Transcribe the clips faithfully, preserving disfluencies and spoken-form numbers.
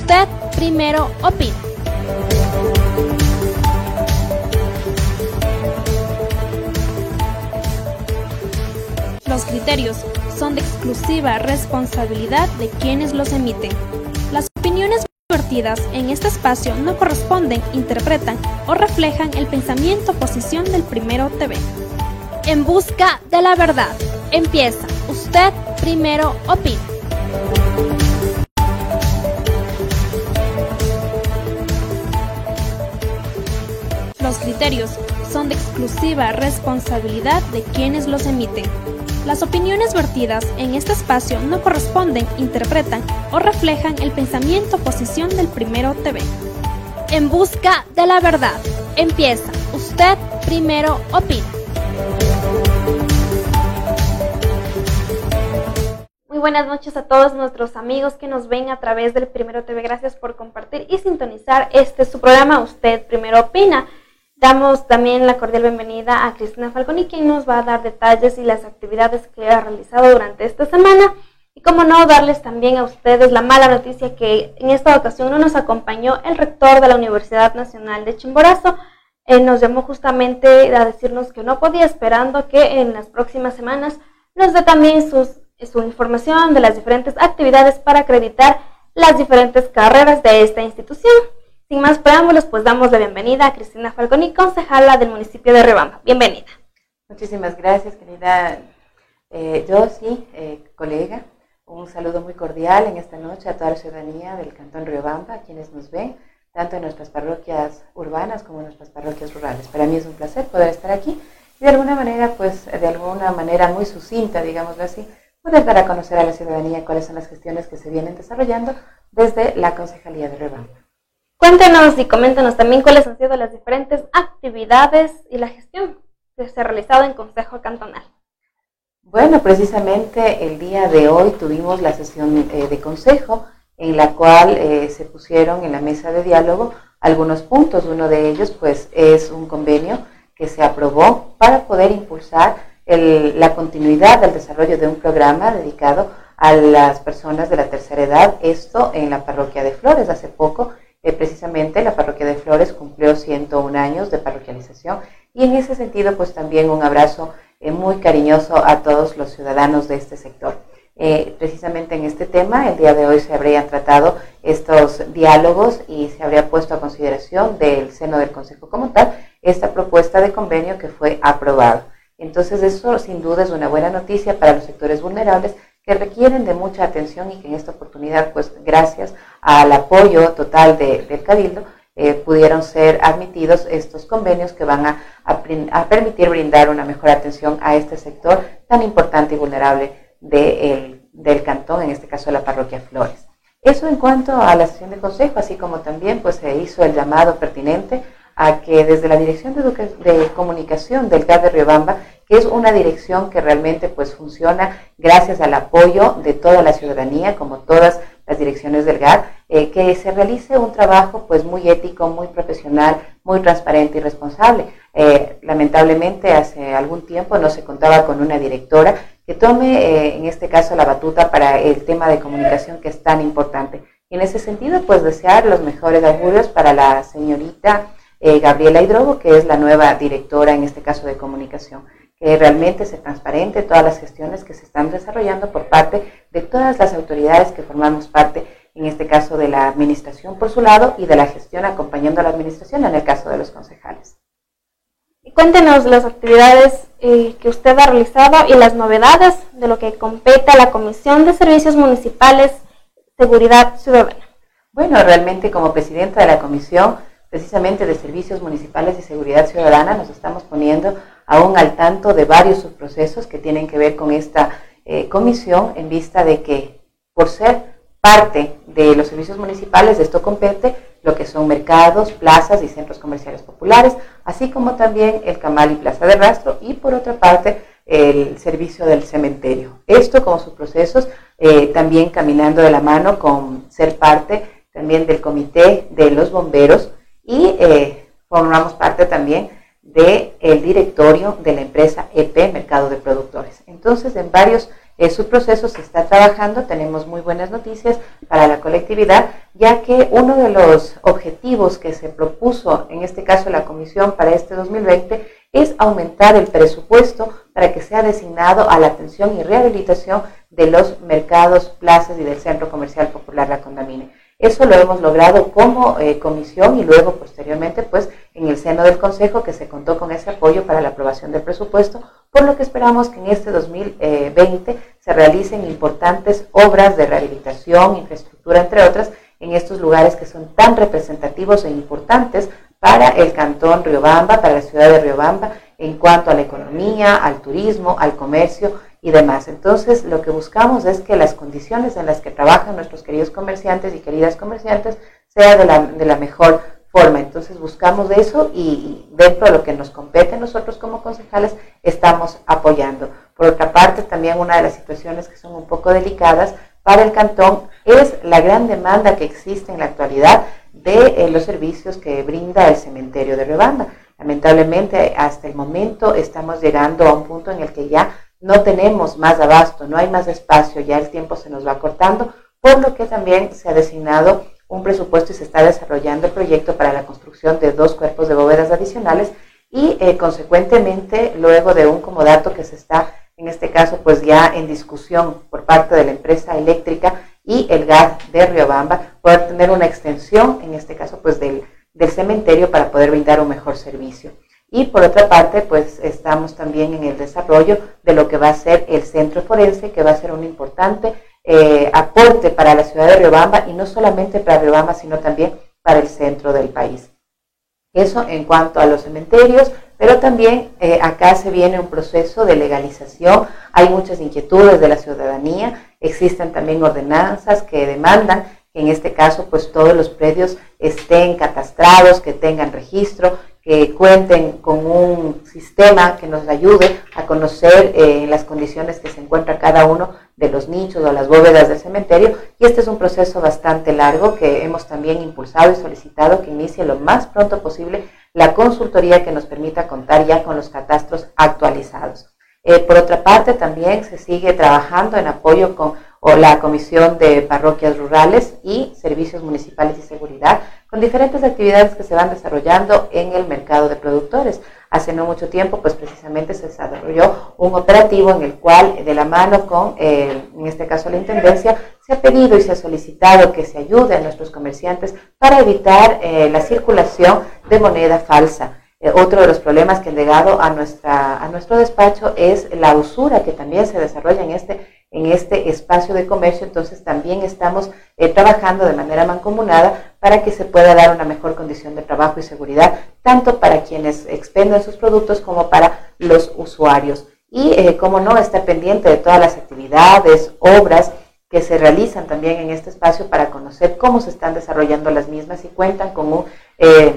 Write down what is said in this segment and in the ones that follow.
Usted primero opina. Los criterios son de exclusiva responsabilidad de quienes los emiten. Las opiniones vertidas en este espacio no corresponden, interpretan o reflejan el pensamiento o posición del Primero T V. En busca de la verdad, empieza Usted primero opina. Los criterios son de exclusiva responsabilidad de quienes los emiten. Las opiniones vertidas en este espacio no corresponden, interpretan o reflejan el pensamiento o posición del Primero T V. En busca de la verdad, empieza Usted primero opina. Muy buenas noches a todos nuestros amigos que nos ven a través del Primero T V. Gracias por compartir y sintonizar este su programa Usted primero opina. Damos también la cordial bienvenida a Cristina Falconi, quien nos va a dar detalles y las actividades que ha realizado durante esta semana. Y como no, darles también a ustedes la mala noticia que en esta ocasión no nos acompañó el rector de la Universidad Nacional de Chimborazo. Él nos llamó justamente a decirnos que no podía, esperando que en las próximas semanas nos dé también sus, su información de las diferentes actividades para acreditar las diferentes carreras de esta institución. Sin más preámbulos, pues damos la bienvenida a Cristina Falconi, concejala del municipio de Riobamba. Bienvenida. Muchísimas gracias, querida eh, Josie, eh, colega. Un saludo muy cordial en esta noche a toda la ciudadanía del Cantón Riobamba, a quienes nos ven, tanto en nuestras parroquias urbanas como en nuestras parroquias rurales. Para mí es un placer poder estar aquí y de alguna manera, pues de alguna manera muy sucinta, digámoslo así, poder dar a conocer a la ciudadanía cuáles son las gestiones que se vienen desarrollando desde la Concejalía de Riobamba. Cuéntenos y coméntenos también cuáles han sido las diferentes actividades y la gestión que se ha realizado en Consejo Cantonal. Bueno, precisamente el día de hoy tuvimos la sesión eh, de consejo en la cual eh, se pusieron en la mesa de diálogo algunos puntos. Uno de ellos pues es un convenio que se aprobó para poder impulsar el, la continuidad del desarrollo de un programa dedicado a las personas de la tercera edad, esto en la parroquia de Flores. Hace poco Eh, precisamente la parroquia de Flores cumplió ciento un años de parroquialización y en ese sentido pues también un abrazo eh, muy cariñoso a todos los ciudadanos de este sector. Eh, precisamente en este tema el día de hoy se habrían tratado estos diálogos y se habría puesto a consideración del seno del Consejo como tal esta propuesta de convenio que fue aprobado. Entonces eso sin duda es una buena noticia para los sectores vulnerables que requieren de mucha atención y que en esta oportunidad, pues gracias al apoyo total de, del Cabildo, eh, pudieron ser admitidos estos convenios que van a, a, a permitir brindar una mejor atención a este sector tan importante y vulnerable de el, del cantón, en este caso de la parroquia Flores. Eso en cuanto a la sesión de consejo, así como también pues se hizo el llamado pertinente a que desde la Dirección de, Educa- de Comunicación del G A D de Riobamba, que es una dirección que realmente pues funciona gracias al apoyo de toda la ciudadanía, como todas las direcciones del G A D, eh, que se realice un trabajo pues muy ético, muy profesional, muy transparente y responsable. Eh, lamentablemente hace algún tiempo no se contaba con una directora que tome eh, en este caso la batuta para el tema de comunicación que es tan importante. Y en ese sentido pues desear los mejores augurios para la señorita eh, Gabriela Hidrobo, que es la nueva directora en este caso de comunicación, que realmente se transparente todas las gestiones que se están desarrollando por parte de todas las autoridades que formamos parte, en este caso de la administración por su lado y de la gestión acompañando a la administración en el caso de los concejales. Y cuéntenos las actividades eh, que usted ha realizado y las novedades de lo que compete a la Comisión de Servicios Municipales Seguridad Ciudadana. Bueno, realmente como presidenta de la Comisión precisamente de Servicios Municipales y Seguridad Ciudadana nos estamos poniendo aún al tanto de varios subprocesos que tienen que ver con esta eh, comisión, en vista de que por ser parte de los servicios municipales, de esto compete lo que son mercados, plazas y centros comerciales populares, así como también el Camal y Plaza de Rastro, y por otra parte el servicio del cementerio. Esto como subprocesos, eh, también caminando de la mano con ser parte también del comité de los bomberos y eh, formamos parte también del directorio de la empresa E P, Mercado de Productores. Entonces, en varios eh, su proceso se está trabajando. Tenemos muy buenas noticias para la colectividad, ya que uno de los objetivos que se propuso, en este caso la Comisión para este dos mil veinte, es aumentar el presupuesto para que sea designado a la atención y rehabilitación de los mercados, plazas y del Centro Comercial Popular La Condamine. Eso lo hemos logrado como eh, comisión y luego posteriormente pues en el seno del Consejo, que se contó con ese apoyo para la aprobación del presupuesto, por lo que esperamos que en este dos mil veinte se realicen importantes obras de rehabilitación, infraestructura, entre otras, en estos lugares que son tan representativos e importantes para el Cantón Riobamba, para la ciudad de Riobamba, en cuanto a la economía, al turismo, al comercio y demás. Entonces, lo que buscamos es que las condiciones en las que trabajan nuestros queridos comerciantes y queridas comerciantes sea de la, de la mejor forma. Entonces, buscamos eso y, y dentro de lo que nos compete nosotros como concejales, estamos apoyando. Por otra parte, también una de las situaciones que son un poco delicadas para el cantón es la gran demanda que existe en la actualidad de eh, los servicios que brinda el cementerio de Riobamba. Lamentablemente, hasta el momento estamos llegando a un punto en el que ya no tenemos más abasto, no hay más espacio, ya el tiempo se nos va cortando, por lo que también se ha designado un presupuesto y se está desarrollando el proyecto para la construcción de dos cuerpos de bóvedas adicionales y eh, consecuentemente, luego de un comodato que se está, en este caso, pues ya en discusión por parte de la empresa eléctrica y el G A D de Riobamba, poder tener una extensión, en este caso, pues del, del cementerio para poder brindar un mejor servicio. Y por otra parte, pues estamos también en el desarrollo de lo que va a ser el centro forense, que va a ser un importante eh, aporte para la ciudad de Riobamba, y no solamente para Riobamba, sino también para el centro del país. Eso en cuanto a los cementerios, pero también eh, acá se viene un proceso de legalización. Hay muchas inquietudes de la ciudadanía, existen también ordenanzas que demandan que en este caso pues todos los predios estén catastrados, que tengan registro, que cuenten con un sistema que nos ayude a conocer eh, las condiciones que se encuentra cada uno de los nichos o las bóvedas del cementerio, y este es un proceso bastante largo que hemos también impulsado y solicitado que inicie lo más pronto posible la consultoría que nos permita contar ya con los catastros actualizados. Eh, por otra parte, también se sigue trabajando en apoyo con o la Comisión de Parroquias Rurales y Servicios Municipales y Seguridad, con diferentes actividades que se van desarrollando en el mercado de productores. Hace no mucho tiempo, pues precisamente se desarrolló un operativo en el cual, de la mano con, eh, en este caso la Intendencia, se ha pedido y se ha solicitado que se ayude a nuestros comerciantes para evitar eh, la circulación de moneda falsa. Eh, otro de los problemas que han llegado a, nuestra, a nuestro despacho es la usura que también se desarrolla en este, en este espacio de comercio. Entonces también estamos eh, trabajando de manera mancomunada para que se pueda dar una mejor condición de trabajo y seguridad, tanto para quienes expenden sus productos como para los usuarios. Y eh, como no, está pendiente de todas las actividades, obras que se realizan también en este espacio para conocer cómo se están desarrollando las mismas y cuentan con un... Eh,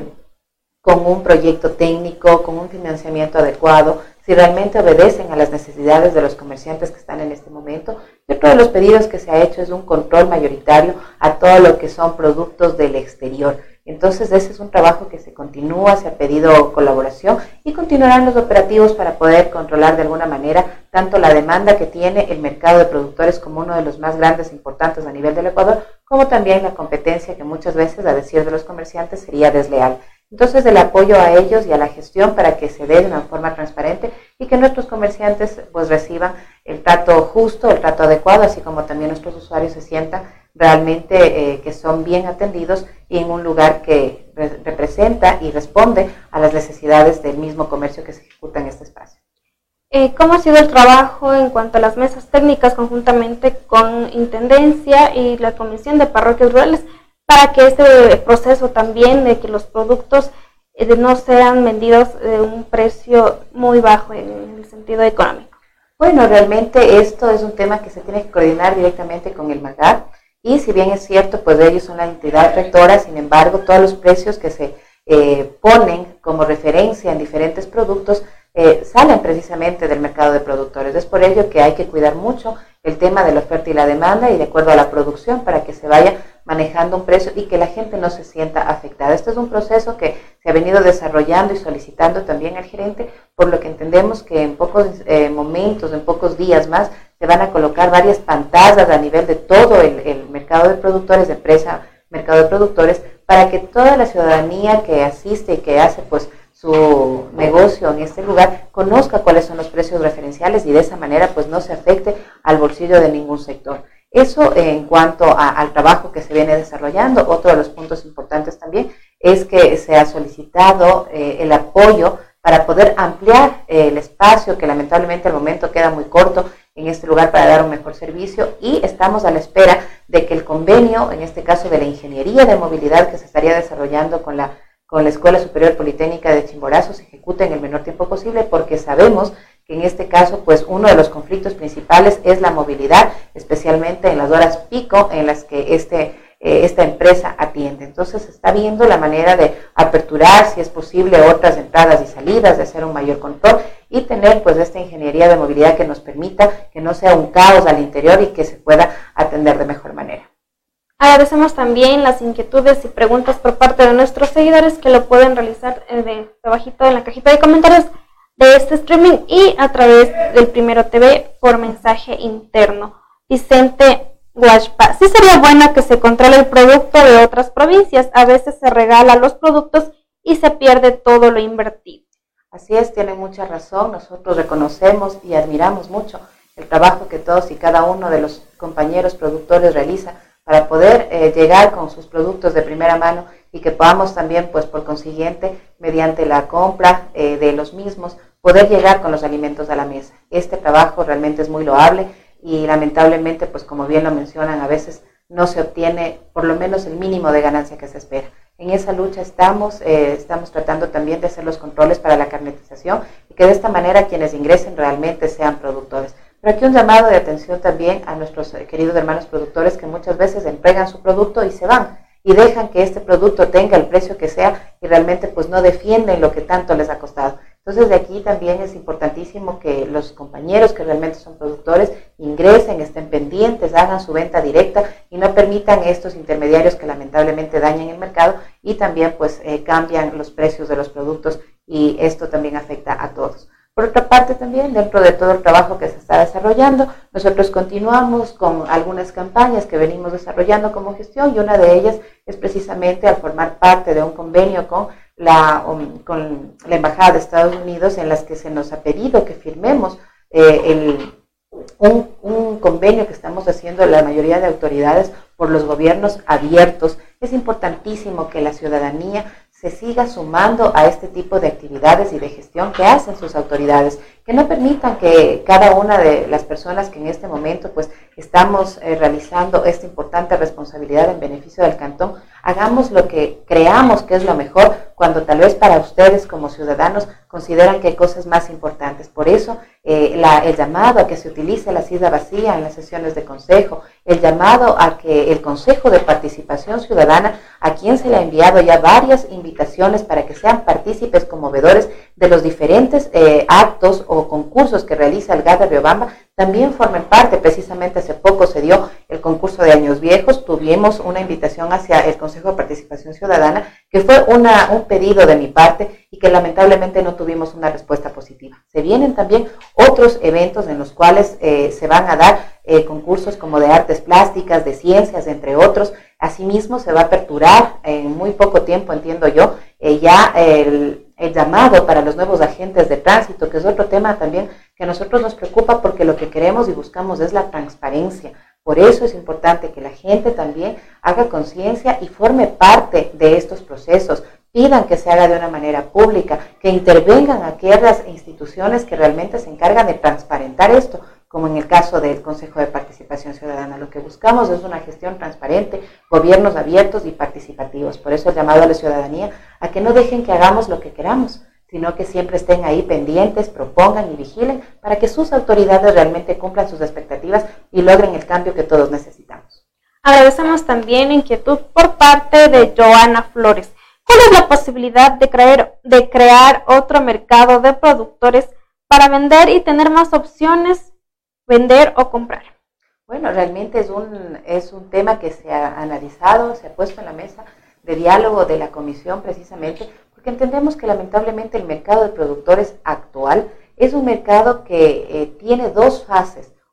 con un proyecto técnico, con un financiamiento adecuado, si realmente obedecen a las necesidades de los comerciantes que están en este momento. Y otro de los pedidos que se ha hecho es un control mayoritario a todo lo que son productos del exterior. Entonces ese es un trabajo que se continúa, se ha pedido colaboración y continuarán los operativos para poder controlar de alguna manera tanto la demanda que tiene el mercado de productores como uno de los más grandes e importantes a nivel del Ecuador, como también la competencia que muchas veces, a decir de los comerciantes, sería desleal. Entonces, el apoyo a ellos y a la gestión para que se dé de una forma transparente y que nuestros comerciantes pues reciban el trato justo, el trato adecuado, así como también nuestros usuarios se sientan realmente eh, que son bien atendidos y en un lugar que re representa y responde a las necesidades del mismo comercio que se ejecuta en este espacio. Eh, ¿Cómo ha sido el trabajo en cuanto a las mesas técnicas conjuntamente con Intendencia y la Comisión de Parroquias Rurales, para que este proceso también de que los productos eh, no sean vendidos de un precio muy bajo en el sentido económico? Bueno, realmente esto es un tema que se tiene que coordinar directamente con el MAGAR, y si bien es cierto, pues ellos son la entidad rectora, sin embargo, todos los precios que se eh, ponen como referencia en diferentes productos eh, salen precisamente del mercado de productores. Es por ello que hay que cuidar mucho el tema de la oferta y la demanda y de acuerdo a la producción para que se vaya manejando un precio y que la gente no se sienta afectada. Este es un proceso que se ha venido desarrollando y solicitando también al gerente, por lo que entendemos que en pocos eh, momentos, en pocos días más, se van a colocar varias pantallas a nivel de todo el, el mercado de productores, de empresa, mercado de productores, para que toda la ciudadanía que asiste y que hace pues su negocio en este lugar conozca cuáles son los precios referenciales y de esa manera pues no se afecte al bolsillo de ningún sector. Eso en cuanto a, al trabajo que se viene desarrollando. Otro de los puntos importantes también es que se ha solicitado eh, el apoyo para poder ampliar eh, el espacio, que lamentablemente al momento queda muy corto en este lugar para dar un mejor servicio, y estamos a la espera de que el convenio, en este caso de la ingeniería de movilidad que se estaría desarrollando con la, con la Escuela Superior Politécnica de Chimborazo, se ejecute en el menor tiempo posible, porque sabemos que en este caso pues uno de los conflictos principales es la movilidad, especialmente en las horas pico en las que este Eh, esta empresa atiende. Entonces se está viendo la manera de aperturar, si es posible, otras entradas y salidas, de hacer un mayor control y tener pues esta ingeniería de movilidad que nos permita que no sea un caos al interior y que se pueda atender de mejor manera. Agradecemos también las inquietudes y preguntas por parte de nuestros seguidores, que lo pueden realizar de abajito en la cajita de comentarios de este streaming y a través del Primero T V por mensaje interno. Vicente Guachpa: sí sería bueno que se controle el producto de otras provincias, a veces se regala los productos y se pierde todo lo invertido. Así es, tiene mucha razón. Nosotros reconocemos y admiramos mucho el trabajo que todos y cada uno de los compañeros productores realiza para poder eh, llegar con sus productos de primera mano y que podamos también, pues por consiguiente, mediante la compra eh, de los mismos, poder llegar con los alimentos a la mesa. Este trabajo realmente es muy loable y lamentablemente, pues como bien lo mencionan, a veces no se obtiene por lo menos el mínimo de ganancia que se espera. En esa lucha estamos, eh, estamos tratando también de hacer los controles para la carnetización y que de esta manera quienes ingresen realmente sean productores. Pero aquí un llamado de atención también a nuestros queridos hermanos productores que muchas veces entregan su producto y se van y dejan que este producto tenga el precio que sea y realmente pues no defienden lo que tanto les ha costado. Entonces de aquí también es importantísimo que los compañeros que realmente son productores ingresen, estén pendientes, hagan su venta directa y no permitan estos intermediarios que lamentablemente dañan el mercado y también pues eh, cambian los precios de los productos y esto también afecta a todos. Por otra parte también, dentro de todo el trabajo que se está desarrollando, nosotros continuamos con algunas campañas que venimos desarrollando como gestión y una de ellas es precisamente al formar parte de un convenio con la, um, con la Embajada de Estados Unidos, en las que se nos ha pedido que firmemos eh, el, un, un convenio que estamos haciendo la mayoría de autoridades por los gobiernos abiertos. Es importantísimo que la ciudadanía se siga sumando a este tipo de actividades y de gestión que hacen sus autoridades, que no permitan que cada una de las personas que en este momento pues estamos eh, realizando esta importante responsabilidad en beneficio del cantón, hagamos lo que creamos que es lo mejor, cuando tal vez para ustedes como ciudadanos consideran que hay cosas más importantes. Por eso eh, la, el llamado a que se utilice la silla vacía en las sesiones de consejo, el llamado a que el Consejo de Participación Ciudadana, a quien se le ha enviado ya varias invitaciones para que sean partícipes conmovedores de los diferentes eh, actos o concursos que realiza el G A D de Riobamba, también formen parte. Precisamente hace poco se dio el concurso de Años Viejos, tuvimos una invitación hacia el Consejo de Participación Ciudadana, que fue una, un pedido de mi parte y que lamentablemente no tuvimos una respuesta positiva. Se vienen también otros eventos en los cuales eh, se van a dar eh, concursos como de artes plásticas, de ciencias, entre otros. Asimismo, se va a aperturar en muy poco tiempo, entiendo yo, eh, ya el, el llamado para los nuevos agentes de tránsito, que es otro tema también que a nosotros nos preocupa porque lo que queremos y buscamos es la transparencia. Por eso es importante que la gente también haga conciencia y forme parte de estos procesos, pidan que se haga de una manera pública, que intervengan aquellas instituciones que realmente se encargan de transparentar esto, como en el caso del Consejo de Participación Ciudadana. Lo que buscamos es una gestión transparente, gobiernos abiertos y participativos. Por eso el llamado a la ciudadanía a que no dejen que hagamos lo que queramos, sino que siempre estén ahí pendientes, propongan y vigilen para que sus autoridades realmente cumplan sus expectativas y logren el cambio que todos necesitamos. Agradecemos también inquietud por parte de Joana Flores. ¿Cuál es la posibilidad de crear, de crear otro mercado de productores para vender y tener más opciones, vender o comprar? Bueno, realmente es un, es un tema que se ha analizado, se ha puesto en la mesa de diálogo de la comisión precisamente, porque entendemos que lamentablemente el mercado de productores actual es un mercado que eh, tiene dos fases.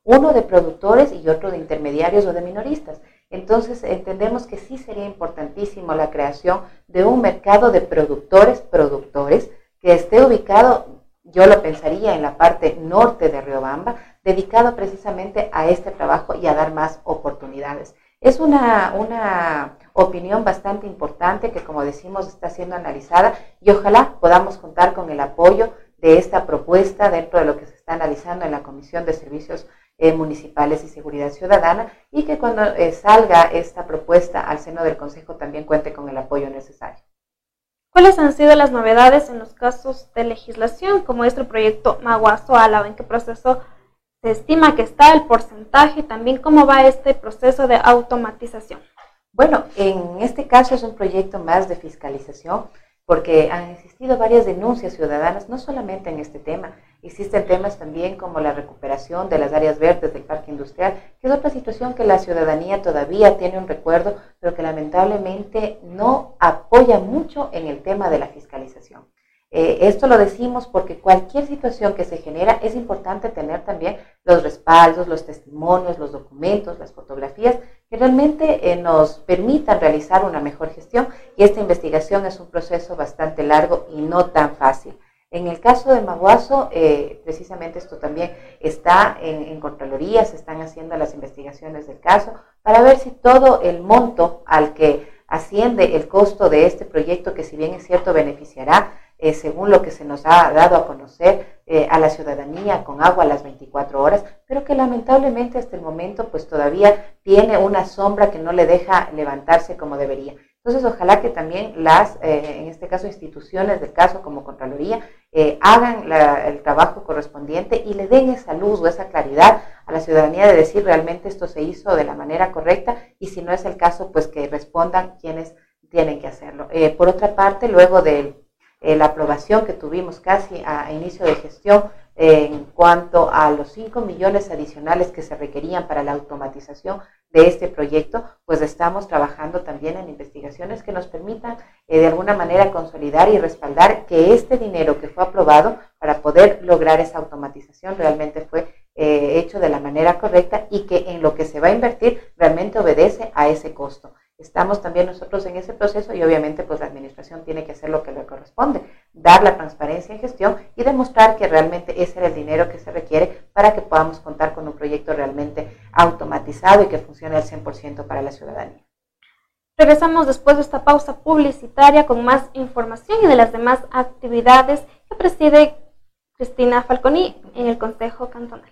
uno de productores y otro de intermediarios o de minoristas. Entonces entendemos que sí sería importantísimo la creación de un mercado de productores, productores, que esté ubicado, yo lo pensaría, en la parte norte de Riobamba, dedicado precisamente a este trabajo y a dar más oportunidades. Es una, una opinión bastante importante que, como decimos, está siendo analizada y ojalá podamos contar con el apoyo de esta propuesta dentro de lo que se está analizando en la Comisión de Servicios eh, Municipales y Seguridad Ciudadana, y que cuando eh, salga esta propuesta al seno del Consejo también cuente con el apoyo necesario. ¿Cuáles han sido las novedades en los casos de legislación, como este proyecto Maguazo-Álava? ¿En qué proceso se estima que está el porcentaje? También, ¿cómo va este proceso de automatización? Bueno, en este caso es un proyecto más de fiscalización, porque han existido varias denuncias ciudadanas, no solamente en este tema, existen temas también como la recuperación de las áreas verdes del parque industrial, que es otra situación que la ciudadanía todavía tiene un recuerdo, pero que lamentablemente no apoya mucho en el tema de la fiscalización. Eh, esto lo decimos porque cualquier situación que se genera es importante tener también los respaldos, los testimonios, los documentos, las fotografías que realmente eh, nos permitan realizar una mejor gestión, y esta investigación es un proceso bastante largo y no tan fácil. En el caso de Maguazo, eh, precisamente esto también está en, en Contraloría, se están haciendo las investigaciones del caso para ver si todo el monto al que asciende el costo de este proyecto, que si bien es cierto beneficiará, Eh, según lo que se nos ha dado a conocer eh, a la ciudadanía con agua a las veinticuatro horas, pero que lamentablemente hasta el momento pues todavía tiene una sombra que no le deja levantarse como debería. Entonces ojalá que también las, eh, en este caso instituciones del caso como Contraloría, eh, hagan la, el trabajo correspondiente y le den esa luz o esa claridad a la ciudadanía de decir realmente esto se hizo de la manera correcta, y si no es el caso pues que respondan quienes tienen que hacerlo. Eh, por otra parte, luego del Eh, la aprobación que tuvimos casi a, a inicio de gestión eh, en cuanto a los cinco millones adicionales que se requerían para la automatización de este proyecto, pues estamos trabajando también en investigaciones que nos permitan eh, de alguna manera consolidar y respaldar que este dinero que fue aprobado para poder lograr esa automatización realmente fue eh, hecho de la manera correcta, y que en lo que se va a invertir realmente obedece a ese costo. Estamos también nosotros en ese proceso, y obviamente pues la administración tiene que hacer lo que le corresponde, dar la transparencia en gestión y demostrar que realmente ese era el dinero que se requiere para que podamos contar con un proyecto realmente automatizado y que funcione al cien por ciento para la ciudadanía. Regresamos después de esta pausa publicitaria con más información y de las demás actividades que preside Cristina Falconi en el Consejo Cantonal.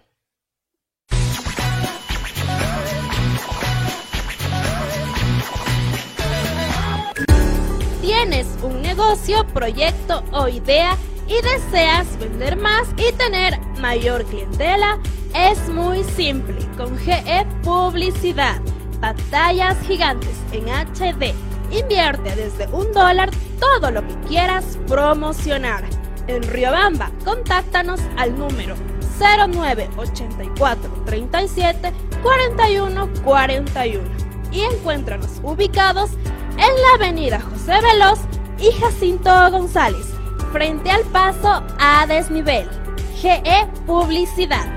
¿Tienes un negocio, proyecto o idea y deseas vender más y tener mayor clientela? Es muy simple. Con G E Publicidad, pantallas gigantes en H D. Invierte desde un dólar todo lo que quieras promocionar. En Riobamba, contáctanos al número cero nueve ochenta y cuatro treinta y siete cuarenta y uno cuarenta y uno y encuéntranos ubicados en la avenida José Veloz y Jacinto González, frente al paso a desnivel. G E Publicidad.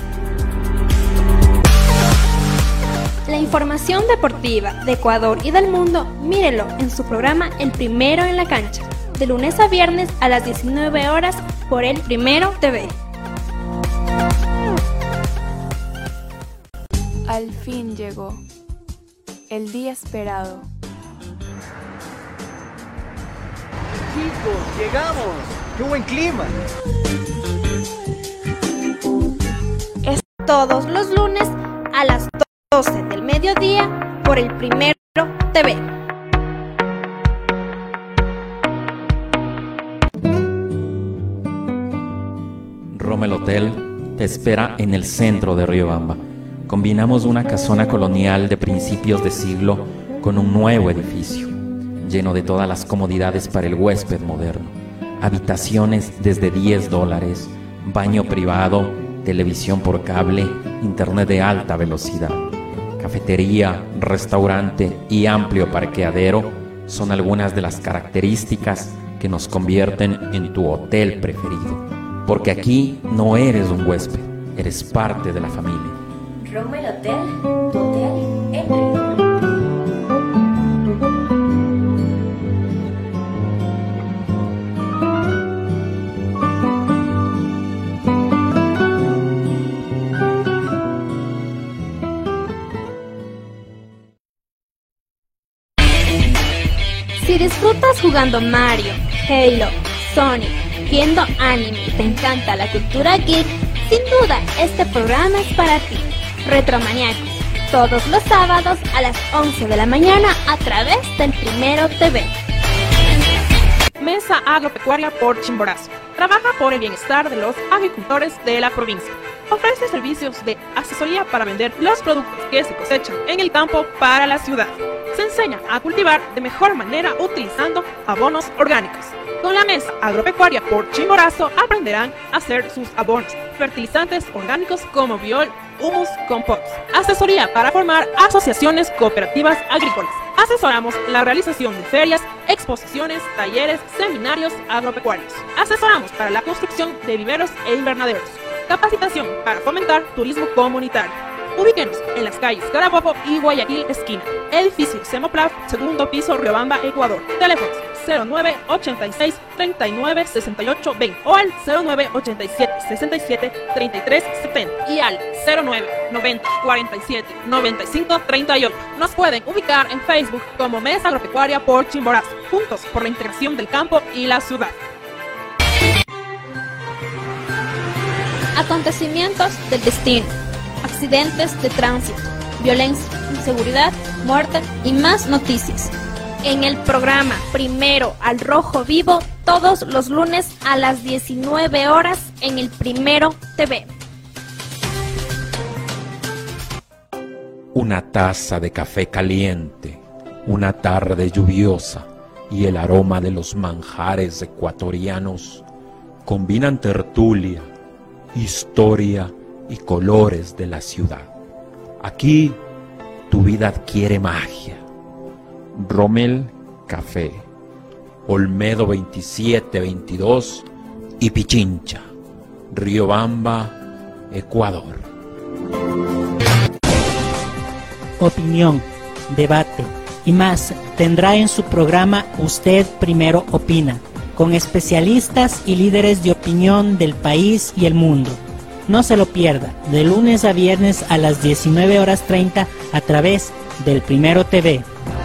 La información deportiva de Ecuador y del mundo, mírelo en su programa El Primero en la Cancha, de lunes a viernes a las diecinueve horas por El Primero T V. Al fin llegó el día esperado. Chicos, llegamos. ¡Qué buen clima! Es todos los lunes a las doce del mediodía por El Primero T V. Rommel Hotel te espera en el centro de Riobamba. Combinamos una casona colonial de principios de siglo con un nuevo edificio, lleno de todas las comodidades para el huésped moderno. Habitaciones desde diez dólares, baño privado, televisión por cable, internet de alta velocidad, cafetería, restaurante y amplio parqueadero son algunas de las características que nos convierten en tu hotel preferido. Porque aquí no eres un huésped, eres parte de la familia. Rommel Hotel, tu hotel en Río. Si disfrutas jugando Mario, Halo, Sonic, viendo anime y te encanta la cultura geek, sin duda este programa es para ti. Retromaniacos, todos los sábados a las once de la mañana a través del Primero T V. Mesa Agropecuaria por Chimborazo. Trabaja por el bienestar de los agricultores de la provincia. Ofrece servicios de asesoría para vender los productos que se cosechan en el campo para la ciudad. Se enseña a cultivar de mejor manera utilizando abonos orgánicos. Con la Mesa Agropecuaria por Chimborazo aprenderán a hacer sus abonos, fertilizantes orgánicos como biol, humus, compost. Asesoría para formar asociaciones cooperativas agrícolas. Asesoramos la realización de ferias, exposiciones, talleres, seminarios agropecuarios. Asesoramos para la construcción de viveros e invernaderos. Capacitación para fomentar turismo comunitario. Ubíquenos en las calles Carabobo y Guayaquil esquina. Edificio Semoplaf, segundo piso, Riobamba, Ecuador. Teléfonos cero nueve ochenta y seis treinta y nueve sesenta y ocho veinte o al cero nueve ochenta y siete sesenta y siete treinta y tres setenta y al cero nueve noventa cuarenta y siete noventa y cinco treinta y ocho. Nos pueden ubicar en Facebook como Mesa Agropecuaria por Chimborazo. Juntos por la integración del campo y la ciudad. Acontecimientos del destino, accidentes de tránsito, violencia, inseguridad, muerte y más noticias. En el programa Primero al Rojo Vivo, todos los lunes a las diecinueve horas en el Primero T V. Una taza de café caliente, una tarde lluviosa y el aroma de los manjares ecuatorianos combinan tertulia, historia y colores de la ciudad. Aquí tu vida adquiere magia. Rommel Café, Olmedo veintisiete veintidós y Pichincha, Riobamba, Ecuador. Opinión, debate y más tendrá en su programa Usted Primero Opina, con especialistas y líderes de opinión del país y el mundo. No se lo pierda, de lunes a viernes a las diecinueve horas treinta a través del Primero T V.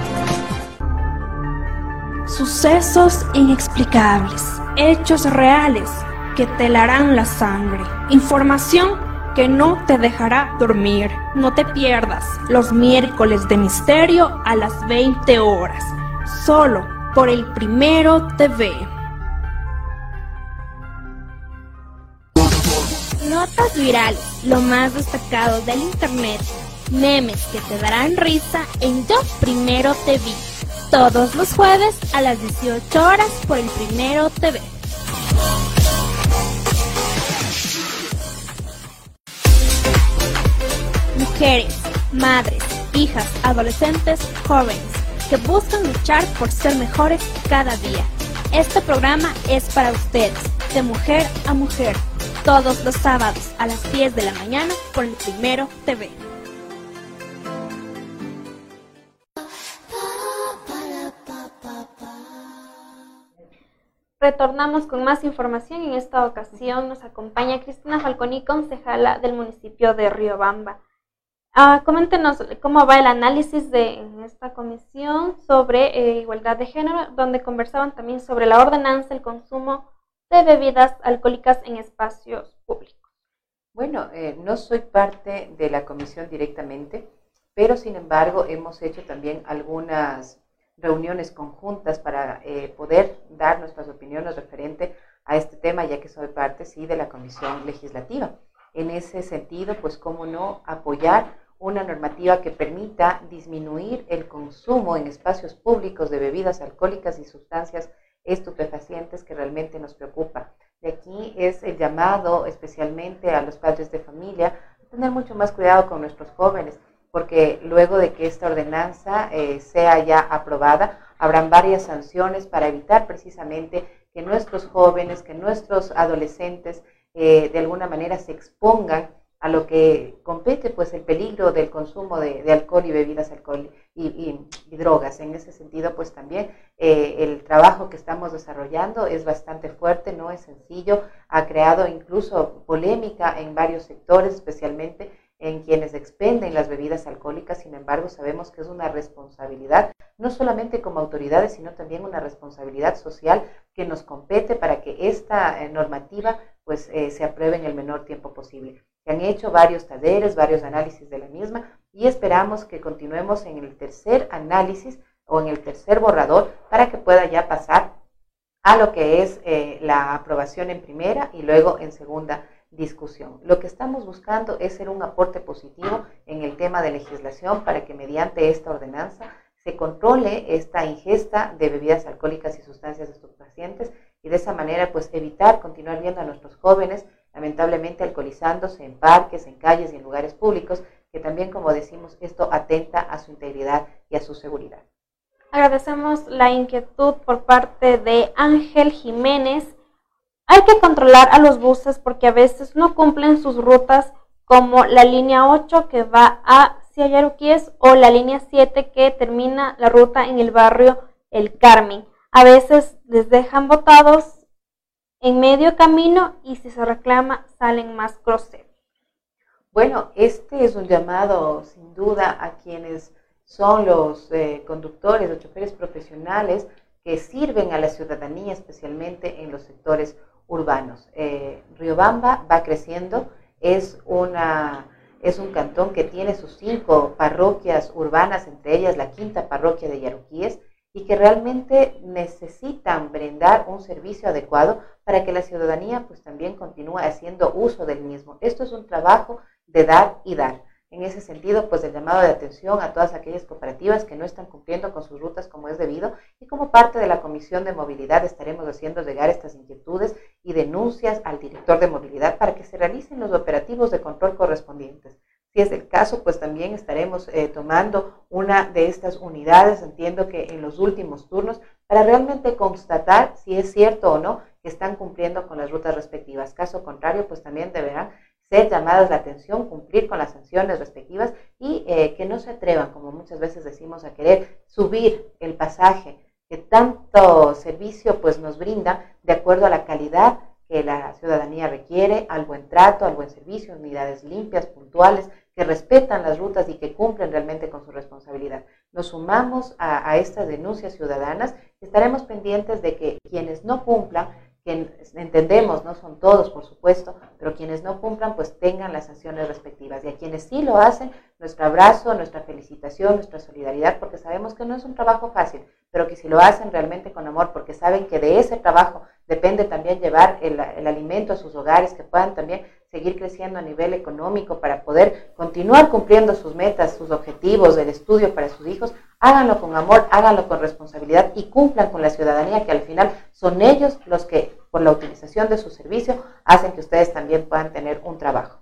Sucesos inexplicables, hechos reales que te helarán la sangre, información que no te dejará dormir. No te pierdas los miércoles de misterio a las veinte horas, solo por el Primero T V. Notas virales, lo más destacado del internet, memes que te darán risa en Yo Primero T V. Todos los jueves a las dieciocho horas por el Primero T V. Mujeres, madres, hijas, adolescentes, jóvenes que buscan luchar por ser mejores cada día. Este programa es para ustedes, de mujer a mujer, todos los sábados a las diez de la mañana por el Primero T V. Retornamos con más información. En esta ocasión nos acompaña Cristina Falconi, concejala del municipio de Riobamba. Uh, coméntenos cómo va el análisis de en esta comisión sobre eh, igualdad de género, donde conversaban también sobre la ordenanza del consumo de bebidas alcohólicas en espacios públicos. Bueno, eh, no soy parte de la comisión directamente, pero sin embargo hemos hecho también algunas reuniones conjuntas para eh, poder dar nuestras opiniones referente a este tema, ya que soy parte, sí, de la comisión legislativa. En ese sentido, pues, cómo no apoyar una normativa que permita disminuir el consumo en espacios públicos de bebidas alcohólicas y sustancias estupefacientes que realmente nos preocupa. De aquí es el llamado especialmente a los padres de familia a tener mucho más cuidado con nuestros jóvenes, porque luego de que esta ordenanza eh, sea ya aprobada, habrán varias sanciones para evitar precisamente que nuestros jóvenes, que nuestros adolescentes eh, de alguna manera se expongan a lo que compete pues el peligro del consumo de, de alcohol y bebidas alcohol y, y, y drogas. En ese sentido pues también eh, el trabajo que estamos desarrollando es bastante fuerte, no es sencillo, ha creado incluso polémica en varios sectores, especialmente en quienes expenden las bebidas alcohólicas. Sin embargo, sabemos que es una responsabilidad, no solamente como autoridades, sino también una responsabilidad social que nos compete para que esta eh, normativa pues, eh, se apruebe en el menor tiempo posible. Se han hecho varios talleres, varios análisis de la misma y esperamos que continuemos en el tercer análisis o en el tercer borrador para que pueda ya pasar a lo que es eh, la aprobación en primera y luego en segunda discusión. Lo que estamos buscando es ser un aporte positivo en el tema de legislación para que mediante esta ordenanza se controle esta ingesta de bebidas alcohólicas y sustancias estupefacientes y de esa manera pues evitar continuar viendo a nuestros jóvenes lamentablemente alcoholizándose en parques, en calles y en lugares públicos, que también, como decimos, esto atenta a su integridad y a su seguridad. Agradecemos la inquietud por parte de Ángel Jiménez. Hay que controlar a los buses porque a veces no cumplen sus rutas, como la línea ocho que va hacia Yaruquíes o la línea siete que termina la ruta en el barrio El Carmen. A veces les dejan botados en medio camino y si se reclama salen más groseros. Bueno, este es un llamado sin duda a quienes son los eh, conductores o choferes profesionales que sirven a la ciudadanía, especialmente en los sectores urbanos. Eh, Riobamba va creciendo, es, una, es un cantón que tiene sus cinco parroquias urbanas, entre ellas la quinta parroquia de Yaruquíes, y que realmente necesitan brindar un servicio adecuado para que la ciudadanía pues también continúe haciendo uso del mismo. Esto es un trabajo de dar y dar. En ese sentido, pues el llamado de atención a todas aquellas cooperativas que no están cumpliendo con sus rutas como es debido, y como parte de la Comisión de Movilidad estaremos haciendo llegar estas inquietudes y denuncias al director de movilidad para que se realicen los operativos de control correspondientes. Si es el caso, pues también estaremos eh, tomando una de estas unidades, entiendo que en los últimos turnos, para realmente constatar si es cierto o no que están cumpliendo con las rutas respectivas. Caso contrario, pues también deberán ser llamadas la atención, cumplir con las sanciones respectivas y eh, que no se atrevan, como muchas veces decimos, a querer subir el pasaje que tanto servicio pues nos brinda de acuerdo a la calidad que la ciudadanía requiere, al buen trato, al buen servicio, unidades limpias, puntuales, que respetan las rutas y que cumplen realmente con su responsabilidad. Nos sumamos a, a estas denuncias ciudadanas y estaremos pendientes de que quienes no cumplan, que entendemos, no son todos por supuesto, pero quienes no cumplan pues tengan las sanciones respectivas. Y a quienes sí lo hacen, nuestro abrazo, nuestra felicitación, nuestra solidaridad, porque sabemos que no es un trabajo fácil, pero que si lo hacen realmente con amor, porque saben que de ese trabajo depende también llevar el, el alimento a sus hogares, que puedan también seguir creciendo a nivel económico para poder continuar cumpliendo sus metas, sus objetivos, el estudio para sus hijos, háganlo con amor, háganlo con responsabilidad y cumplan con la ciudadanía, que al final son ellos los que, por la utilización de su servicio, hacen que ustedes también puedan tener un trabajo.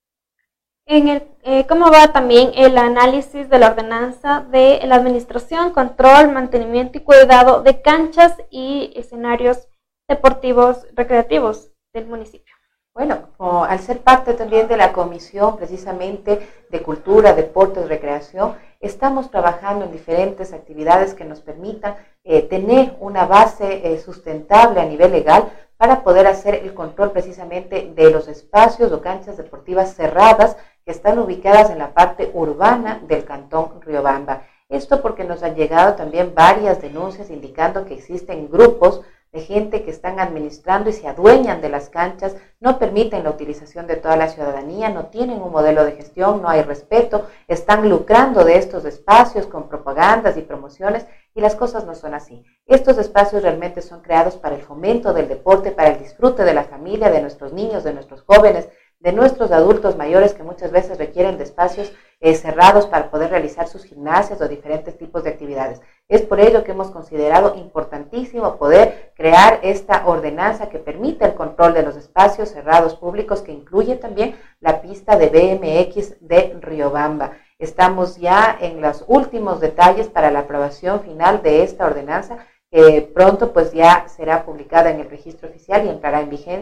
En el, eh, ¿Cómo va también el análisis de la ordenanza de la administración, control, mantenimiento y cuidado de canchas y escenarios deportivos recreativos del municipio? Bueno, como al ser parte también de la Comisión precisamente de Cultura, Deportes, Recreación, estamos trabajando en diferentes actividades que nos permitan eh, tener una base eh, sustentable a nivel legal para poder hacer el control precisamente de los espacios o canchas deportivas cerradas que están ubicadas en la parte urbana del Cantón Riobamba. Esto porque nos han llegado también varias denuncias indicando que existen grupos de gente que están administrando y se adueñan de las canchas, no permiten la utilización de toda la ciudadanía, no tienen un modelo de gestión, no hay respeto, están lucrando de estos espacios con propagandas y promociones y las cosas no son así. Estos espacios realmente son creados para el fomento del deporte, para el disfrute de la familia, de nuestros niños, de nuestros jóvenes, de nuestros adultos mayores que muchas veces requieren de espacios eh, cerrados para poder realizar sus gimnasios o diferentes tipos de actividades. Es por ello que hemos considerado importantísimo poder crear esta ordenanza que permite el control de los espacios cerrados públicos, que incluye también la pista de B M X de Riobamba. Estamos ya en los últimos detalles para la aprobación final de esta ordenanza, que pronto pues ya será publicada en el registro oficial y entrará en vigencia.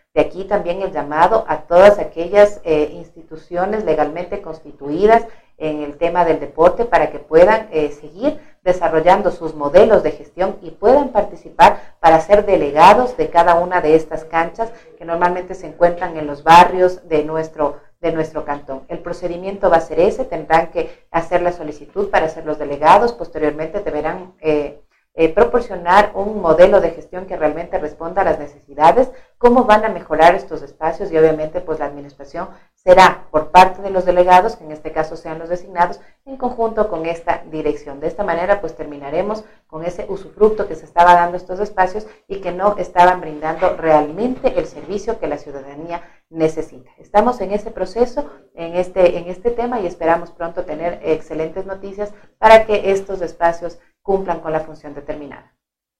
De aquí también el llamado a todas aquellas eh, instituciones legalmente constituidas en el tema del deporte para que puedan eh, seguir desarrollando sus modelos de gestión y puedan participar para ser delegados de cada una de estas canchas que normalmente se encuentran en los barrios de nuestro, de nuestro cantón. El procedimiento va a ser ese, tendrán que hacer la solicitud para ser los delegados, posteriormente deberán eh, eh, proporcionar un modelo de gestión que realmente responda a las necesidades, cómo van a mejorar estos espacios y obviamente pues la administración será por parte de los delegados, que en este caso sean los designados, en conjunto con esta dirección. De esta manera pues terminaremos con ese usufructo que se estaba dando a estos espacios y que no estaban brindando realmente el servicio que la ciudadanía necesita. Estamos en ese proceso, en este, en este tema y esperamos pronto tener excelentes noticias para que estos espacios cumplan con la función determinada.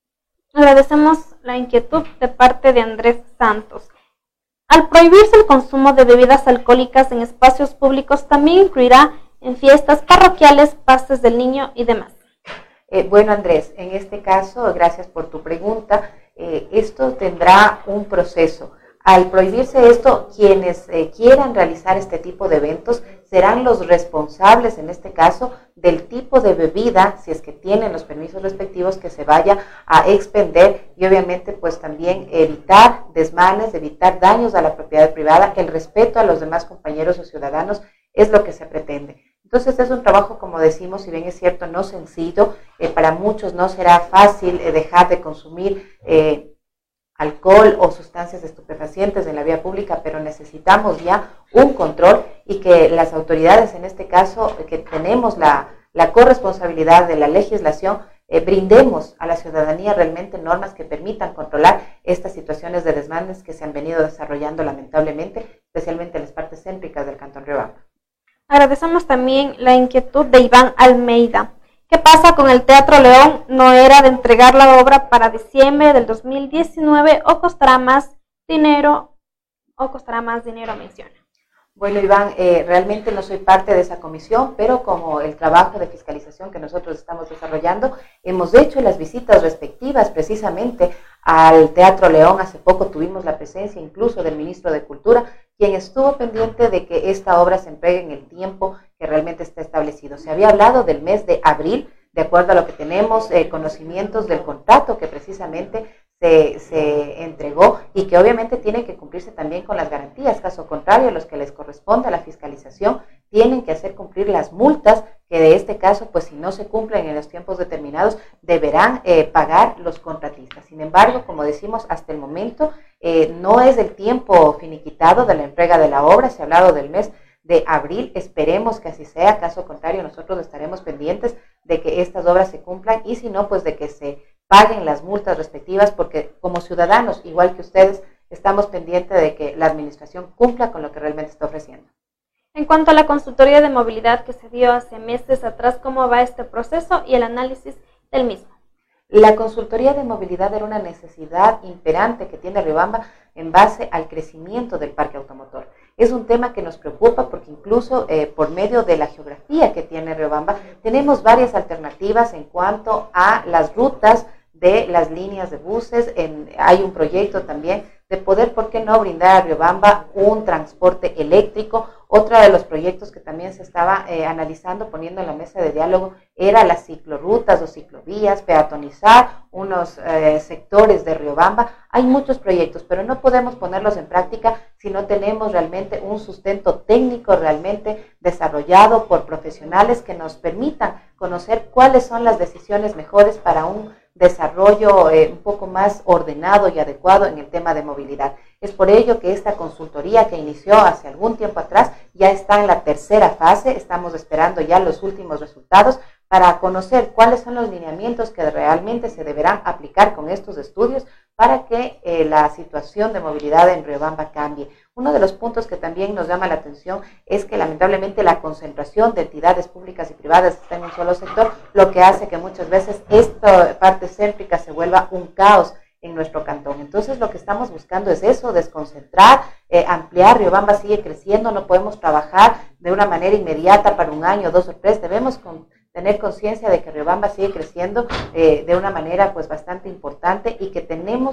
Agradecemos la inquietud de parte de Andrés Santos. Al prohibirse el consumo de bebidas alcohólicas en espacios públicos, también incluirá en fiestas parroquiales, pases del niño y demás. Eh, bueno, Andrés, en este caso, gracias por tu pregunta, eh, esto tendrá un proceso. Al prohibirse esto, quienes eh, quieran realizar este tipo de eventos serán los responsables, en este caso, del tipo de bebida, si es que tienen los permisos respectivos, que se vaya a expender y obviamente pues también evitar desmanes, evitar daños a la propiedad privada, el respeto a los demás compañeros o ciudadanos es lo que se pretende. Entonces es un trabajo, como decimos, si bien es cierto, no sencillo, eh, para muchos no será fácil eh, dejar de consumir eh, alcohol o sustancias estupefacientes en la vía pública, pero necesitamos ya un control y que las autoridades, en este caso, que tenemos la, la corresponsabilidad de la legislación, eh, brindemos a la ciudadanía realmente normas que permitan controlar estas situaciones de desmanes que se han venido desarrollando lamentablemente, especialmente en las partes céntricas del Cantón Riobamba. Agradecemos también la inquietud de Iván Almeida. ¿Qué pasa con el Teatro León? ¿No era de entregar la obra para diciembre del dos mil diecinueve o costará más dinero? ¿O costará más dinero? Menciona. Bueno, Iván, eh, realmente no soy parte de esa comisión, pero como el trabajo de fiscalización que nosotros estamos desarrollando, hemos hecho las visitas respectivas precisamente al Teatro León. Hace poco tuvimos la presencia incluso del ministro de Cultura, quien estuvo pendiente de que esta obra se entregue en el tiempo que realmente está establecido. Se había hablado del mes de abril, de acuerdo a lo que tenemos eh, conocimientos del contrato que precisamente se, se entregó y que obviamente tiene que cumplirse también con las garantías. Caso contrario, los que les corresponde a la fiscalización tienen que hacer cumplir las multas que de este caso, pues si no se cumplen en los tiempos determinados, deberán eh, pagar los contratistas. Sin embargo, como decimos, hasta el momento eh, no es el tiempo finiquitado de la entrega de la obra. Se ha hablado del mes de abril, esperemos que así sea. Caso contrario, nosotros estaremos pendientes de que estas obras se cumplan y si no, pues de que se paguen las multas respectivas, porque como ciudadanos, igual que ustedes, estamos pendientes de que la administración cumpla con lo que realmente está ofreciendo. En cuanto a la consultoría de movilidad que se dio hace meses atrás, ¿cómo va este proceso y el análisis del mismo? La consultoría de movilidad era una necesidad imperante que tiene Riobamba en base al crecimiento del parque automotor. Es un tema que nos preocupa porque incluso eh, por medio de la geografía que tiene Riobamba, tenemos varias alternativas en cuanto a las rutas de las líneas de buses. En, hay un proyecto también de poder, ¿por qué no?, brindar a Riobamba un transporte eléctrico. Otro de los proyectos que también se estaba eh, analizando, poniendo en la mesa de diálogo, era las ciclorrutas o ciclovías, peatonizar unos eh, sectores de Riobamba. Hay muchos proyectos, pero no podemos ponerlos en práctica si no tenemos realmente un sustento técnico realmente desarrollado por profesionales que nos permitan conocer cuáles son las decisiones mejores para un desarrollo eh, un poco más ordenado y adecuado en el tema de movilidad. Es por ello que esta consultoría que inició hace algún tiempo atrás ya está en la tercera fase. Estamos esperando ya los últimos resultados para conocer cuáles son los lineamientos que realmente se deberán aplicar con estos estudios para que eh, la situación de movilidad en Riobamba cambie. Uno de los puntos que también nos llama la atención es que lamentablemente la concentración de entidades públicas y privadas está en un solo sector, lo que hace que muchas veces esta parte céntrica se vuelva un caos en nuestro cantón. Entonces lo que estamos buscando es eso, desconcentrar, eh, ampliar. Riobamba sigue creciendo, no podemos trabajar de una manera inmediata para un año, dos o tres. Debemos con, tener conciencia de que Riobamba sigue creciendo eh, de una manera pues bastante importante y que tenemos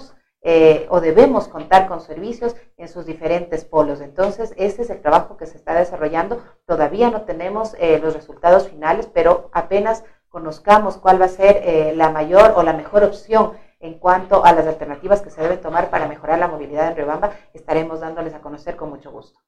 eh, o debemos contar con servicios en sus diferentes polos. Entonces, ese es el trabajo que se está desarrollando. Todavía no tenemos eh, los resultados finales, pero apenas conozcamos cuál va a ser eh, la mayor o la mejor opción en cuanto a las alternativas que se deben tomar para mejorar la movilidad en Riobamba, estaremos dándoles a conocer con mucho gusto.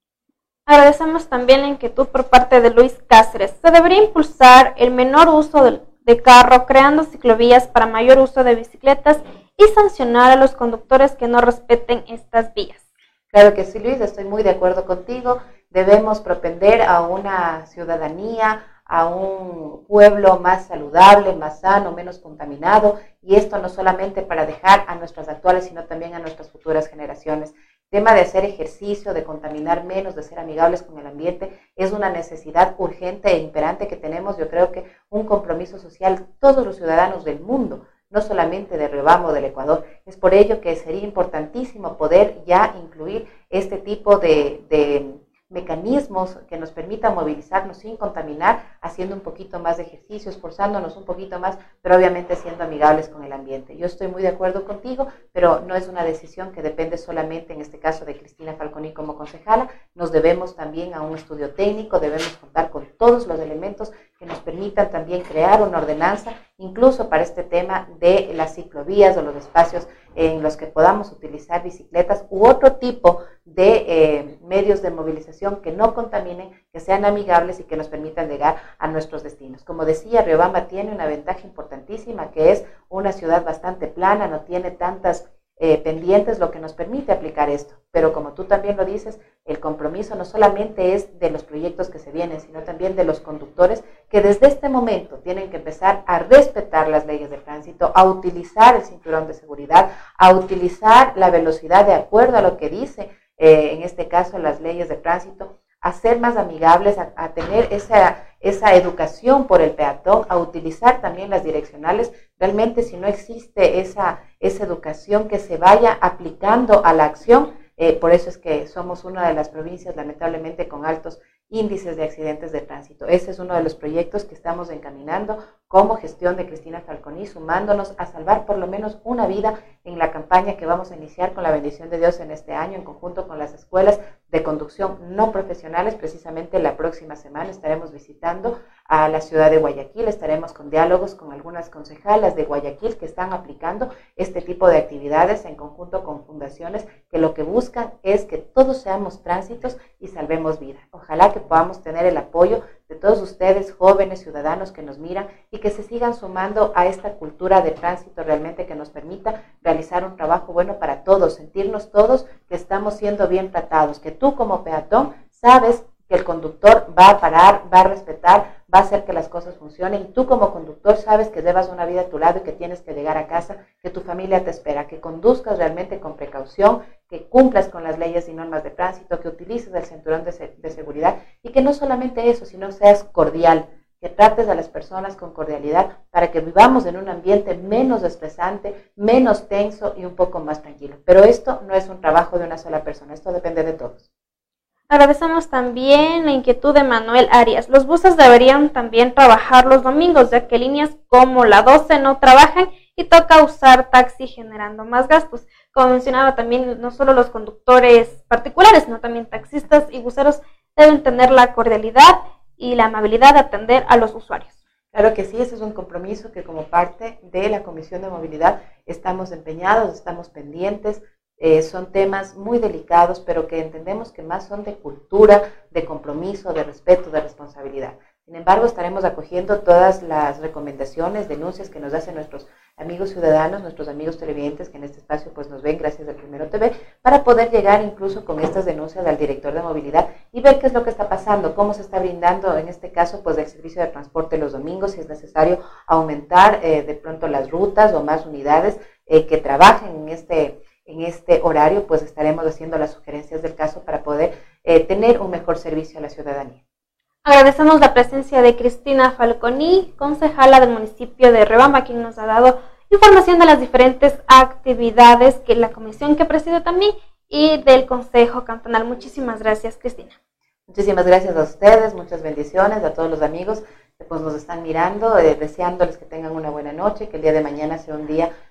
Agradecemos también la inquietud por parte de Luis Cáceres. Se debería impulsar el menor uso de, de carro, creando ciclovías para mayor uso de bicicletas y sancionar a los conductores que no respeten estas vías. Claro que sí, Luis, estoy muy de acuerdo contigo. Debemos propender a una ciudadanía, a un pueblo más saludable, más sano, menos contaminado, y esto no solamente para dejar a nuestras actuales, sino también a nuestras futuras generaciones. El tema de hacer ejercicio, de contaminar menos, de ser amigables con el ambiente, es una necesidad urgente e imperante que tenemos. Yo creo que un compromiso social, todos los ciudadanos del mundo, no solamente de Riobamba o del Ecuador. Es por ello que sería importantísimo poder ya incluir este tipo de, de mecanismos que nos permitan movilizarnos sin contaminar, haciendo un poquito más de ejercicio, esforzándonos un poquito más, pero obviamente siendo amigables con el ambiente. Yo estoy muy de acuerdo contigo, pero no es una decisión que depende solamente, en este caso, de Cristina Falconi como concejala. Nos debemos también a un estudio técnico, debemos contar con todos los elementos que nos permitan también crear una ordenanza, incluso para este tema de las ciclovías o los espacios en los que podamos utilizar bicicletas u otro tipo de eh, medios de movilización que no contaminen, que sean amigables y que nos permitan llegar a nuestros destinos. Como decía, Riobamba tiene una ventaja importantísima, que es una ciudad bastante plana, no tiene tantas eh, pendientes, lo que nos permite aplicar esto. Pero como tú también lo dices, el compromiso no solamente es de los proyectos que se vienen, sino también de los conductores, que desde este momento tienen que empezar a respetar las leyes de tránsito, a utilizar el cinturón de seguridad, a utilizar la velocidad de acuerdo a lo que dice, eh, en este caso, las leyes de tránsito, a ser más amigables, a, a tener esa, esa educación por el peatón, a utilizar también las direccionales. Realmente, si no existe esa, esa educación que se vaya aplicando a la acción, eh, por eso es que somos una de las provincias, lamentablemente, con altos índices de accidentes de tránsito. Ese es uno de los proyectos que estamos encaminando como gestión de Cristina Falconi, sumándonos a salvar por lo menos una vida en la campaña que vamos a iniciar con la bendición de Dios en este año, en conjunto con las escuelas de conducción no profesionales. Precisamente la próxima semana estaremos visitando a la ciudad de Guayaquil, estaremos con diálogos con algunas concejalas de Guayaquil que están aplicando este tipo de actividades en conjunto con fundaciones que lo que buscan es que todos seamos tránsitos y salvemos vida. Ojalá que podamos tener el apoyo de todos ustedes, jóvenes ciudadanos que nos miran, y que se sigan sumando a esta cultura de tránsito realmente que nos permita realizar un trabajo bueno para todos, sentirnos todos que estamos siendo bien tratados, que tú como peatón sabes que el conductor va a parar, va a respetar, va a hacer que las cosas funcionen, y tú como conductor sabes que llevas una vida a tu lado y que tienes que llegar a casa, que tu familia te espera, que conduzcas realmente con precaución, que cumplas con las leyes y normas de tránsito, que utilices el cinturón de, se de seguridad, y que no solamente eso, sino seas cordial, que trates a las personas con cordialidad para que vivamos en un ambiente menos estresante, menos tenso y un poco más tranquilo. Pero esto no es un trabajo de una sola persona, esto depende de todos. Agradecemos también la inquietud de Manuel Arias. Los buses deberían también trabajar los domingos, ya que líneas como la doce no trabajan y toca usar taxi generando más gastos. Como mencionaba también, no solo los conductores particulares, sino también taxistas y buceros deben tener la cordialidad y la amabilidad de atender a los usuarios. Claro que sí, ese es un compromiso que como parte de la Comisión de Movilidad estamos empeñados, estamos pendientes. Eh, son temas muy delicados, pero que entendemos que más son de cultura, de compromiso, de respeto, de responsabilidad. Sin embargo, estaremos acogiendo todas las recomendaciones, denuncias que nos hacen nuestros amigos ciudadanos, nuestros amigos televidentes que en este espacio pues nos ven gracias al Primero T V, para poder llegar incluso con estas denuncias al director de movilidad y ver qué es lo que está pasando, cómo se está brindando en este caso pues el servicio de transporte los domingos, si es necesario aumentar eh, de pronto las rutas o más unidades eh, que trabajen en este En este horario, pues estaremos haciendo las sugerencias del caso para poder eh, tener un mejor servicio a la ciudadanía. Agradecemos la presencia de Cristina Falconi, concejala del municipio de Riobamba, quien nos ha dado información de las diferentes actividades que la comisión que preside también y del Consejo Cantonal. Muchísimas gracias, Cristina. Muchísimas gracias a ustedes, muchas bendiciones a todos los amigos que pues nos están mirando, eh, deseándoles que tengan una buena noche, que el día de mañana sea un día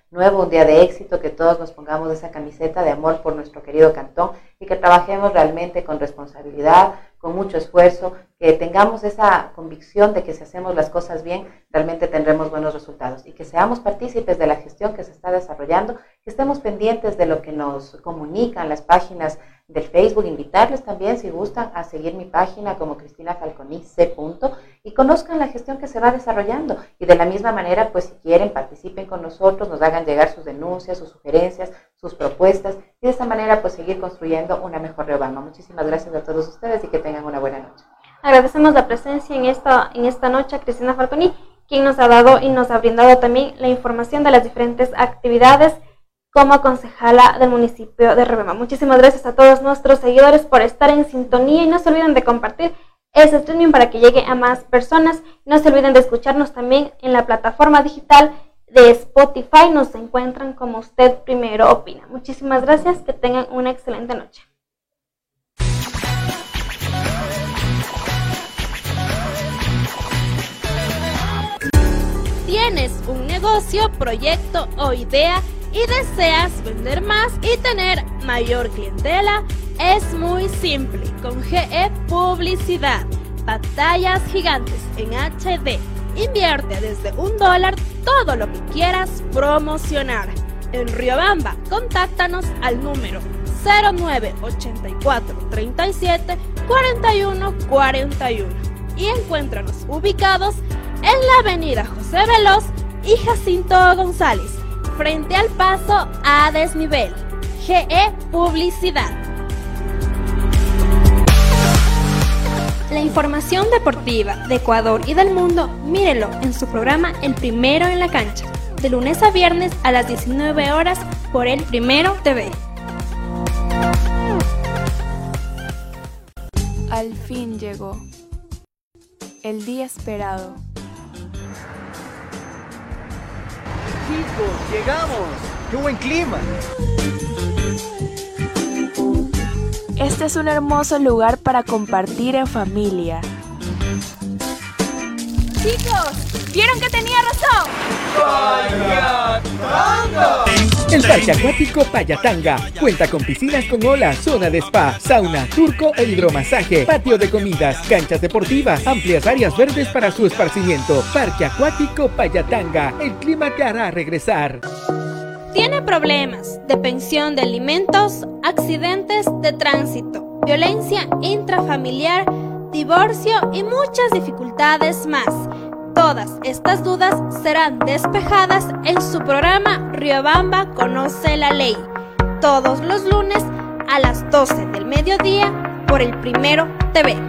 nuevo, un día de éxito, que todos nos pongamos esa camiseta de amor por nuestro querido cantón y que trabajemos realmente con responsabilidad, con mucho esfuerzo, que tengamos esa convicción de que si hacemos las cosas bien, realmente tendremos buenos resultados y que seamos partícipes de la gestión que se está desarrollando, que estemos pendientes de lo que nos comunican las páginas del Facebook, invitarles también, si gustan, a seguir mi página como Cristina Falconi C. y conozcan la gestión que se va desarrollando y de la misma manera, pues si quieren, participen con nosotros, nos hagan llegar sus denuncias, sus sugerencias, sus propuestas y de esa manera pues seguir construyendo una mejor Riobamba. Muchísimas gracias a todos ustedes y que tengan una buena noche. Agradecemos la presencia en esta, en esta noche a Cristina Falconi, quien nos ha dado y nos ha brindado también la información de las diferentes actividades como concejala del municipio de Riobamba. Muchísimas gracias a todos nuestros seguidores por estar en sintonía y no se olviden de compartir ese streaming para que llegue a más personas. No se olviden de escucharnos también en la plataforma digital de Spotify. Nos encuentran como Usted Primero Opina. Muchísimas gracias, que tengan una excelente noche. ¿Tienes un negocio, proyecto o idea y deseas vender más y tener mayor clientela? Es muy simple. Con G E Publicidad, pantallas gigantes en H D. Invierte desde un dólar todo lo que quieras promocionar. En Riobamba, contáctanos al número cero nueve ochenta y cuatro treinta y siete cuarenta y uno cuarenta y uno y encuéntranos ubicados en la avenida José Veloz y Jacinto González, frente al paso a desnivel. G E Publicidad. La información deportiva de Ecuador y del mundo, mírelo en su programa El Primero en la Cancha, de lunes a viernes a las diecinueve horas por El Primero T V. Al fin llegó el día esperado. Chicos, llegamos. ¡Qué buen clima! Este es un hermoso lugar para compartir en familia. Chicos, ¿vieron que tenía razón? ¡Payatanga! El Parque Acuático Payatanga cuenta con piscinas con olas, zona de spa, sauna, turco e hidromasaje, patio de comidas, canchas deportivas, amplias áreas verdes para su esparcimiento. Parque Acuático Payatanga, el clima te hará regresar. ¿Tiene problemas de pensión de alimentos, accidentes de tránsito, violencia intrafamiliar, divorcio y muchas dificultades más? Todas estas dudas serán despejadas en su programa Riobamba Conoce la Ley, todos los lunes a las doce del mediodía por El Primero T V.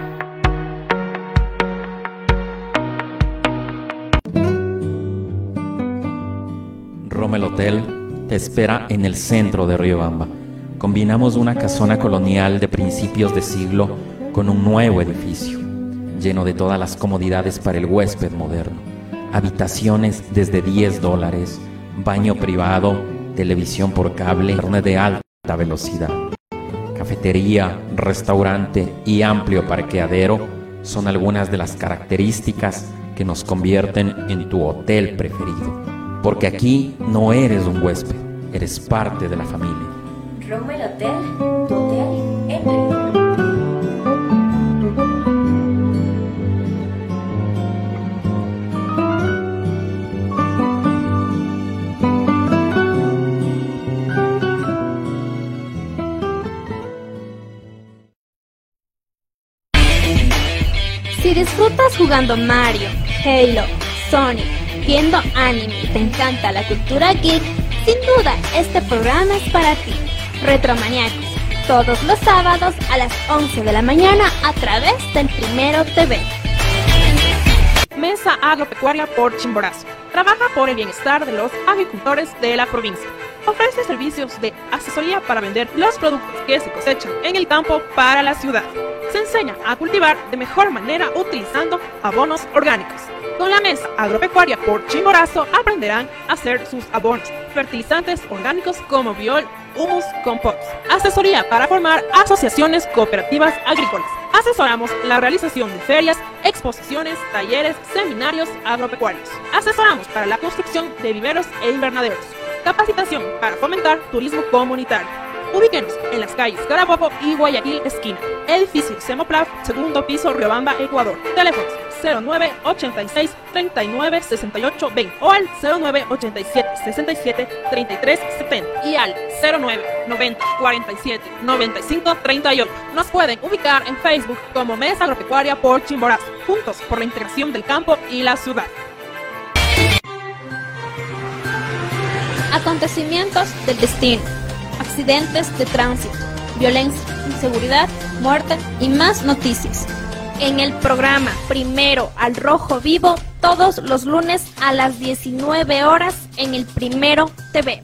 Rommel Hotel te espera en el centro de Riobamba. Combinamos una casona colonial de principios de siglo con un nuevo edificio, lleno de todas las comodidades para el huésped moderno. Habitaciones desde diez dólares, baño privado, televisión por cable, internet de alta velocidad. Cafetería, restaurante y amplio parqueadero son algunas de las características que nos convierten en tu hotel preferido. Porque aquí no eres un huésped, eres parte de la familia. Rommel Hotel, tu hotel en Río. Si disfrutas jugando Mario, Halo, Sonic, viendo anime y te encanta la cultura geek, sin duda este programa es para ti. Retromaniacos, todos los sábados a las once de la mañana a través del Primero T V. Mesa Agropecuaria por Chimborazo. Trabaja por el bienestar de los agricultores de la provincia. Ofrece servicios de asesoría para vender los productos que se cosechan en el campo para la ciudad. Se enseña a cultivar de mejor manera utilizando abonos orgánicos. Con la Mesa Agropecuaria por Chimborazo aprenderán a hacer sus abonos, fertilizantes orgánicos como biol, humus, compost. Asesoría para formar asociaciones cooperativas agrícolas. Asesoramos la realización de ferias, exposiciones, talleres, seminarios agropecuarios. Asesoramos para la construcción de viveros e invernaderos. capacitación para fomentar turismo comunitario. Ubíquenos en las calles Carabobo y Guayaquil esquina. Edificio Semoplaf, segundo piso, Riobamba, Ecuador. Teléfonos cero nueve ochenta y seis, treinta y nueve, sesenta y ocho, veinte o al cero nueve ochenta y siete, sesenta y siete, treinta y tres, setenta y al cero nueve noventa, cuarenta y siete, noventa y cinco, treinta y ocho. Nos pueden ubicar en Facebook como Mesa Agropecuaria por Chimborazo, juntos por la integración del campo y la ciudad. Acontecimientos del destino, accidentes de tránsito, violencia, inseguridad, muerte y más noticias. En el programa Primero al Rojo Vivo, todos los lunes a las diecinueve horas en el Primero T V.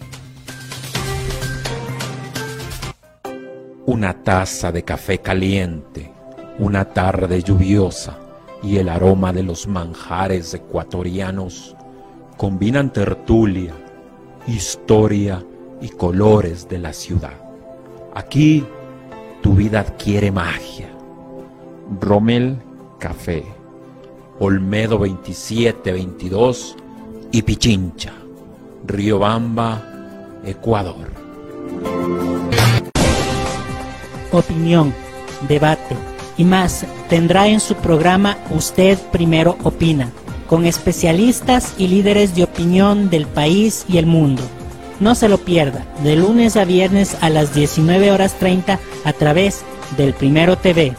Una taza de café caliente, una tarde lluviosa y el aroma de los manjares ecuatorianos combinan tertulia, historia y colores de la ciudad. Aquí tu vida adquiere magia. Rommel Café, Olmedo veintisiete veintidós y Pichincha, Riobamba, Ecuador. Opinión, debate y más tendrá en su programa Usted Primero Opina, con especialistas y líderes de opinión del país y el mundo. No se lo pierda, de lunes a viernes a las diecinueve horas treinta a través del Primero T V.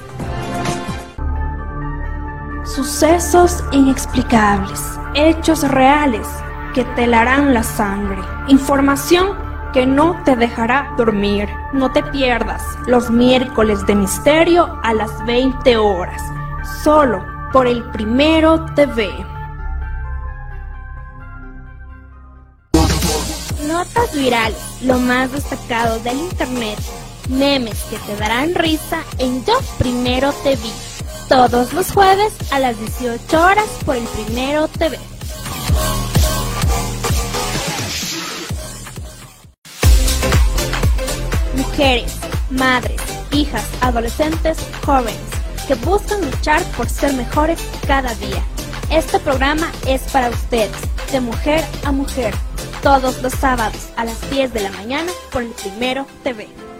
Sucesos inexplicables, hechos reales que te helarán la sangre, información que no te dejará dormir. No te pierdas los miércoles de misterio a las veinte horas, solo por el Primero T V. Notas virales, lo más destacado del internet, memes que te darán risa en Yo Primero T V. Todos los jueves a las dieciocho horas por el Primero T V. Mujeres, madres, hijas, adolescentes, jóvenes que buscan luchar por ser mejores cada día. Este programa es para ustedes, de mujer a mujer, todos los sábados a las diez de la mañana por el Primero T V.